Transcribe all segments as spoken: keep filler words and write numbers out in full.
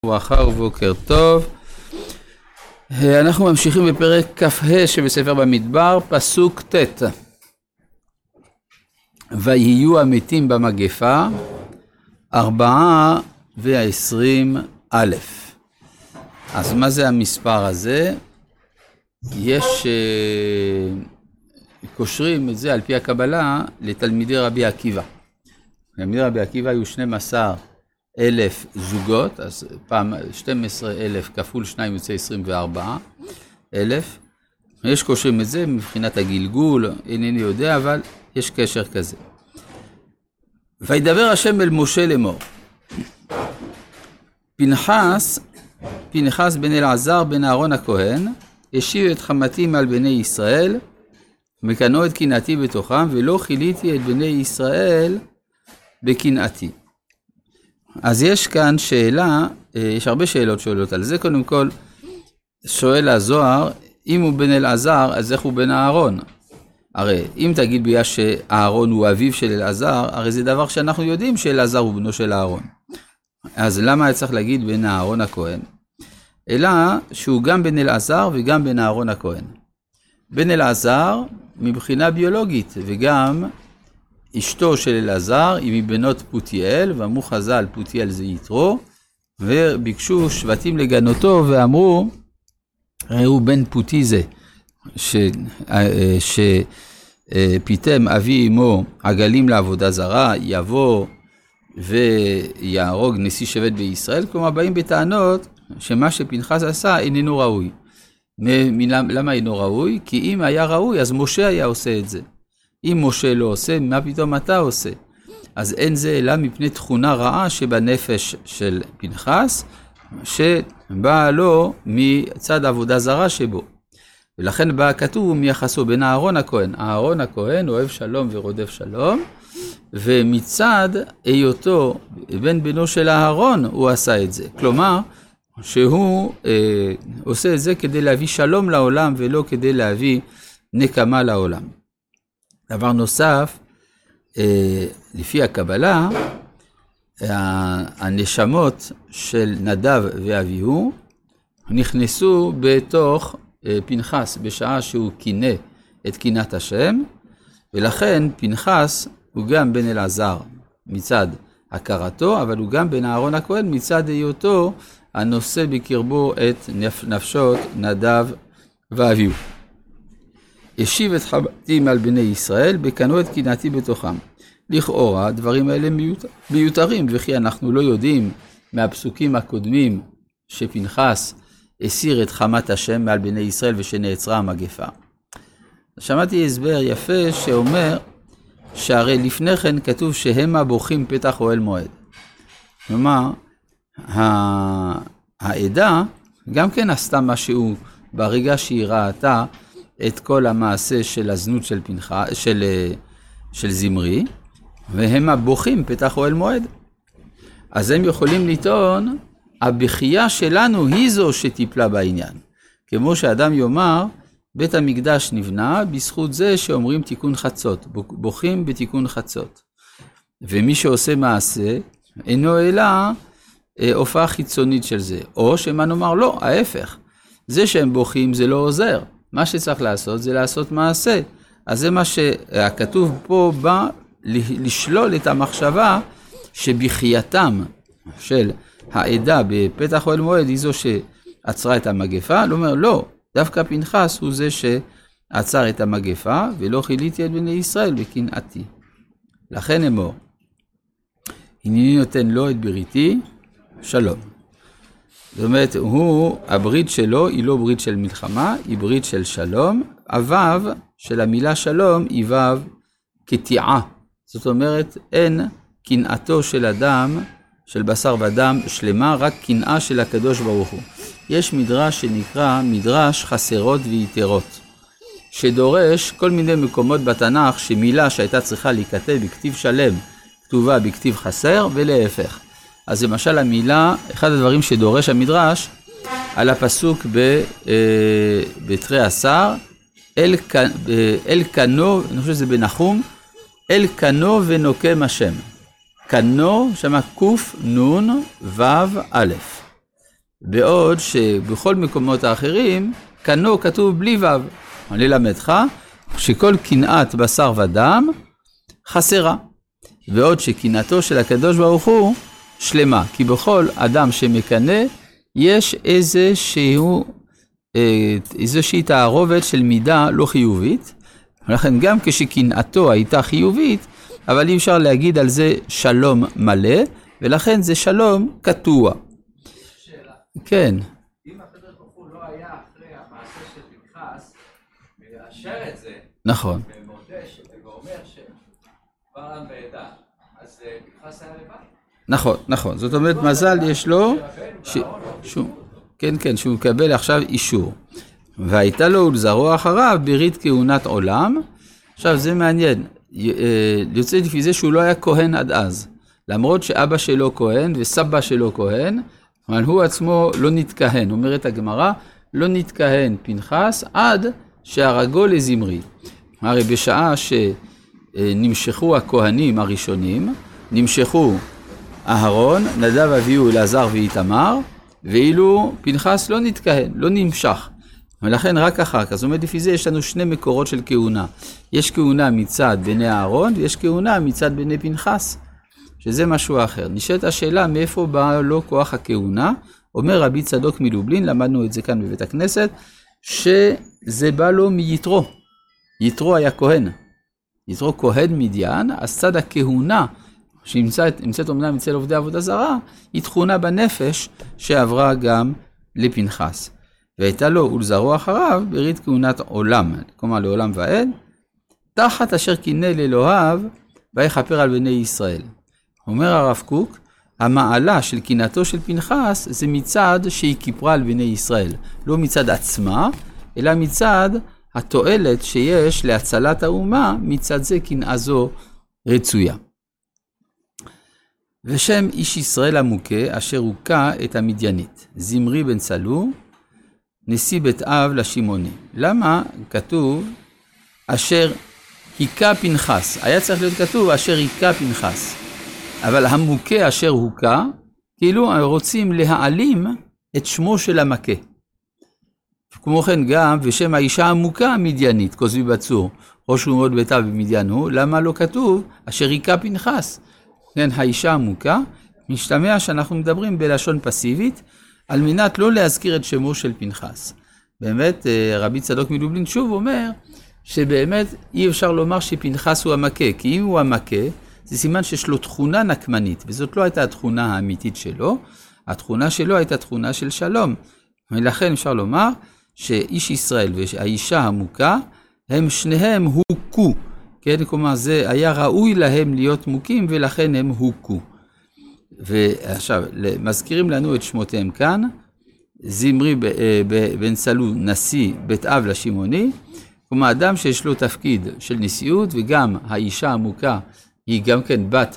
ברכה ובוקר טוב. אנחנו ממשיכים בפרק כ"ה שבספר במדבר, פסוק ט'. ויהיו המתים במגפה ארבעה ועשרים א'. אז מה זה המספר הזה? יש קושרים את זה על פי הקבלה לתלמידי רבי עקיבא. תלמידי רבי עקיבא היו שנים עשר אלף זוגות, אז פעם שנים עשר אלף כפול שניים יוצא עשרים וארבעה אלף. יש קושרים את זה מבחינת הגלגול, אינני יודע, אבל יש קשר כזה. וידבר השם אל משה לאמור. פנחס, פנחס בן אלעזר בן אהרון הכהן, השיב את חמתי מעל בני ישראל, וקנו את קנאתי בתוכם, ולא חיליתי את בני ישראל בקנאתי. אז יש כאן שאלה, יש הרבה שאלות שואלות על זה. קודם כל, שואל הזוהר, אם הוא בן אלעזר, אז איך הוא בן אהרון? הרי אם תגיד ביה שאהרון הוא אביו של אלעזר, הרי זה דבר שאנחנו יודעים שאלעזר הוא בנו של אהרון. אז למה היה צריך להגיד בן אהרון הכהן? אלא שהוא גם בן אלעזר וגם בן אהרון הכהן. בן אלעזר מבחינה ביולוגית, וגם אשתו של אלעזר היא מבנות פותיאל, ואמרו חז"ל פותיאל זה יתרו, וביקשו שבטים לגנותו ואמרו, ראו בן פותי זה, שפיתם אבי אמו עגלים לעבודה זרה, יבוא ויהרוג נשיא שבט בישראל. כלומר באים בטענות שמה שפנחס עשה איננו ראוי. למה אינו ראוי? כי אם היה ראוי אז משה היה עושה את זה. אם משה לא עושה, מה פתאום אתה עושה? אז אין זה אלא מפני תכונה רעה שבנפש של פנחס, שבאה לו מצד עבודה זרה שבו. ולכן בא כתוב מיחסו בין אהרון הכהן. אהרון הכהן אוהב שלום ורודף שלום, ומצד היותו בן בנו של אהרון הוא עשה את זה. כלומר, שהוא אה, עושה את זה כדי להביא שלום לעולם, ולא כדי להביא נקמה לעולם. דבר נוסף, לפי הקבלה, הנשמות של נדב ואביהו נכנסו בתוך פנחס בשעה שהוא קינא את קינת השם, ולכן פנחס הוא גם בן אלעזר מצד הכרתו, אבל הוא גם בן אהרון הכהן מצד היותו הנושא בקרבו את נפשות נדב ואביהו. השיב את חמתי מעל בני ישראל, בקנו את קנאתי בתוכם. לכאורה, הדברים האלה מיותר, מיותרים, וכי אנחנו לא יודעים מהפסוקים הקודמים שפנחס הסיר את חמת השם מעל בני ישראל ושנעצרה המגפה. שמעתי הסבר יפה שאומר שהרי לפני כן כתוב שהם הבוכים פתח אוהל מועד. כלומר, העדה גם כן עשתה משהו ברגע שהיא ראתה את כל המעשה של הזנות של פנחס, של, של זמרי, והם הבוכים פתח אוהל מועד. אז הם יכולים לטעון, הבכייה שלנו היא זו שטיפלה בעניין. כמו שאדם יאמר, בית המקדש נבנה בזכות זה שאומרים תיקון חצות, בוכים בתיקון חצות. ומי שעושה מעשה, אינו אלא הופעה חיצונית של זה. או שמה נאמר, לא, ההפך. זה שהם בוכים זה לא עוזר. מה שצריך לעשות זה לעשות מעשה. אז זה מה שהכתוב פה בא לשלול את המחשבה שבחייתם של העדה בפתח אוהל מועד היא זו שעצרה את המגפה. לא אומר, לא, דווקא פנחס הוא זה שעצר את המגפה, ולא חיליתי את בני ישראל בקנאתי. לכן אמור, הנני נותן לו את בריתי, שלום. זאת אומרת, הוא, הברית שלו היא לא ברית של מלחמה, היא ברית של שלום. הוו של המילה שלום היא וו כתיעה. זאת אומרת, אין קנאתו של אדם, של בשר ודם שלמה, רק קנאה של הקדוש ברוך הוא. יש מדרש שנקרא מדרש חסרות ויתרות, שדורש כל מיני מקומות בתנ"ך שמילה שהייתה צריכה להיכתב בכתיב שלם, כתובה בכתיב חסר ולהפך. אז למשל המילה, אחד הדברים שדורש המדרש, על הפסוק בתרי עשר, אל, אל קנו, אני חושב שזה בנחום, אל קנו ונוקם השם. קנו, שמה קוף נון וו א'. בעוד שבכל מקומות האחרים, קנו כתוב בלי וו. אני למדך שכל קנאת בשר ודם חסרה. בעוד שקנאתו של הקדוש ברוך הוא שלמה. כי בכל אדם שמקנה יש איזשהו, איזושהי תערובת של מידה לא חיובית. ולכן גם כשקנאתו הייתה חיובית, אבל אי אפשר להגיד על זה שלום מלא, ולכן זה שלום קטוע. שאלה. כן. אם הקדוש ברוך הוא לא היה אחרי המעשה של פנחס, מאשר את זה, נכון. ומודה ואומר שבר עם ועדה, אז פנחס היה לבד? נכון, נכון. זאת אומרת, מזל יש לו, ש... שהוא, כן, כן, שהוא מקבל עכשיו אישור. והייתה לו ולזרוע אחריו ברית כהונת עולם. עכשיו, זה מעניין. יוצא לפי זה שהוא לא היה כהן עד אז. למרות שאבא שלו כהן וסבא שלו כהן, אבל הוא עצמו לא נתכהן. אומרת הגמרא, לא נתכהן פנחס עד שהרגו לזמרי. הרי בשעה שנמשכו הכהנים הראשונים, נמשכו אהרון, נדב אביהו, אלעזר ואיתמר, ואילו פנחס לא נתכהן, לא נמשך. ולכן רק אחר כך, זאת אומרת, לפי זה יש לנו שני מקורות של כהונה. יש כהונה מצד בני אהרון, ויש כהונה מצד בני פנחס, שזה משהו אחר. נשאלת השאלה מאיפה בא לו כוח הכהונה. אומר רבי צדוק מלובלין, למדנו את זה כאן בבית הכנסת, שזה בא לו מיתרו. יתרו היה כהן. יתרו כהן מדיין, אז צד הכהונה, שנמצאת אומנם אצל עובדי עבודה זרה, היא תכונה בנפש שעברה גם לפנחס. והייתה לו ולזרוע אחריו ברית כהונת עולם, כלומר לעולם ועד, תחת אשר קינא לאלוהיו ויכפר על בני ישראל. אומר הרב קוק, המעלה של קנאתו של פנחס זה מצד שהיא כיפרה על בני ישראל, לא מצד עצמה, אלא מצד התועלת שיש להצלת האומה, מצד זה קנאה זו רצויה. ושם איש ישראל המוכה אשר הוכה את המדיינית, זמרי בן סלו, נשיא בית אב לשמעוני. למה כתוב אשר היכה פנחס? היה צריך להיות כתוב אשר היכה פנחס. אבל המוכה אשר הוכה, כאילו רוצים להעלים את שמו של המכה. כמו כן גם, ושם האישה המוכה המדיינית, כוזבי בצור, ראש אומות בית אב במדיין הוא, למה לא כתוב אשר היכה פנחס? כן, האישה המוכה, משתמע שאנחנו מדברים בלשון פסיבית, על מנת לא להזכיר את שמו של פנחס. באמת, רבי צדוק מלובלין שוב אומר, שבאמת אי אפשר לומר שפנחס הוא המכה, כי אם הוא המכה, זה סימן שיש לו תכונה נקמנית, וזאת לא הייתה התכונה האמיתית שלו, התכונה שלו הייתה תכונה של שלום. ולכן אפשר לומר שאיש ישראל והאישה המוכה, הם שניהם הוכו, כן? כלומר, זה היה ראוי להם להיות מוכים, ולכן הם הוכו. ועכשיו, מזכירים לנו את שמותיהם כאן, זמרי בן סלו נשיא בית אב לשמעוני, כלומר אדם שיש לו תפקיד של נשיאות, וגם האישה המוכה היא גם כן בת,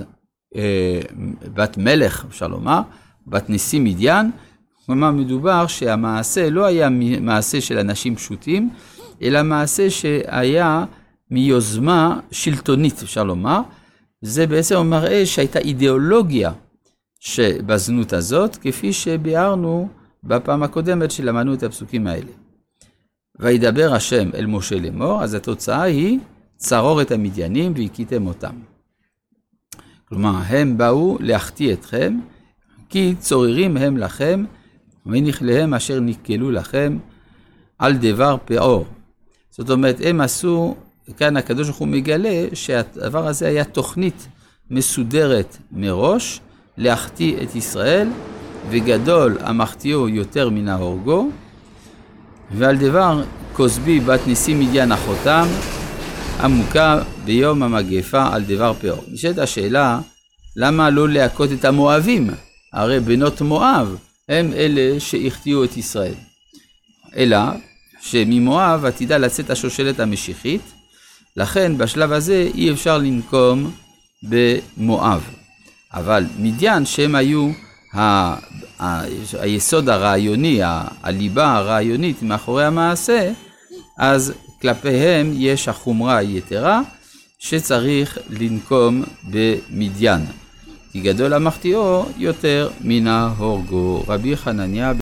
בת מלך, אפשר לומר, בת נשיא מדיין, כלומר מדובר שהמעשה לא היה מעשה של אנשים פשוטים, אלא מעשה שהיה מיוזמה שלטונית, אפשר לומר, זה בעצם מראה שהייתה אידיאולוגיה, שבזנות הזאת, כפי שביארנו בפעם הקודמת שלמדנו את הפסוקים האלה. וידבר השם אל משה לאמור, אז התוצאה היא צרור את המדיינים והכיתם אותם. כלומר, הם באו להחטיא אתכם, כי צוררים הם לכם, ונכליהם אשר נקלו לכם על דבר פאור. זאת אומרת, הם עשו, כאן הקדוש ברוך הוא מגלה שהדבר הזה היה תוכנית מסודרת מראש, להחטיא את ישראל, וגדול המחטיאו יותר מן ההורגו, ועל דבר כוזבי בת נשיא מדיין אחותם, עמוקה ביום המגפה על דבר פאור. נשאלת השאלה, למה לא להכות את המואבים? הרי בנות מואב הם אלה שהחטיאו את ישראל. אלא שממואב עתידה לצאת השושלת המשיחית, לכן בשלב הזה אי אפשר לנקום במואב. אבל מדיין שהם היו ה, ה, היסוד הרעיוני, ה, הליבה הרעיונית מאחורי המעשה, אז כלפיהם יש החומרה היתרה שצריך לנקום במדיין. כי גדול המחטיאו יותר מן ההורגו. רבי חנניה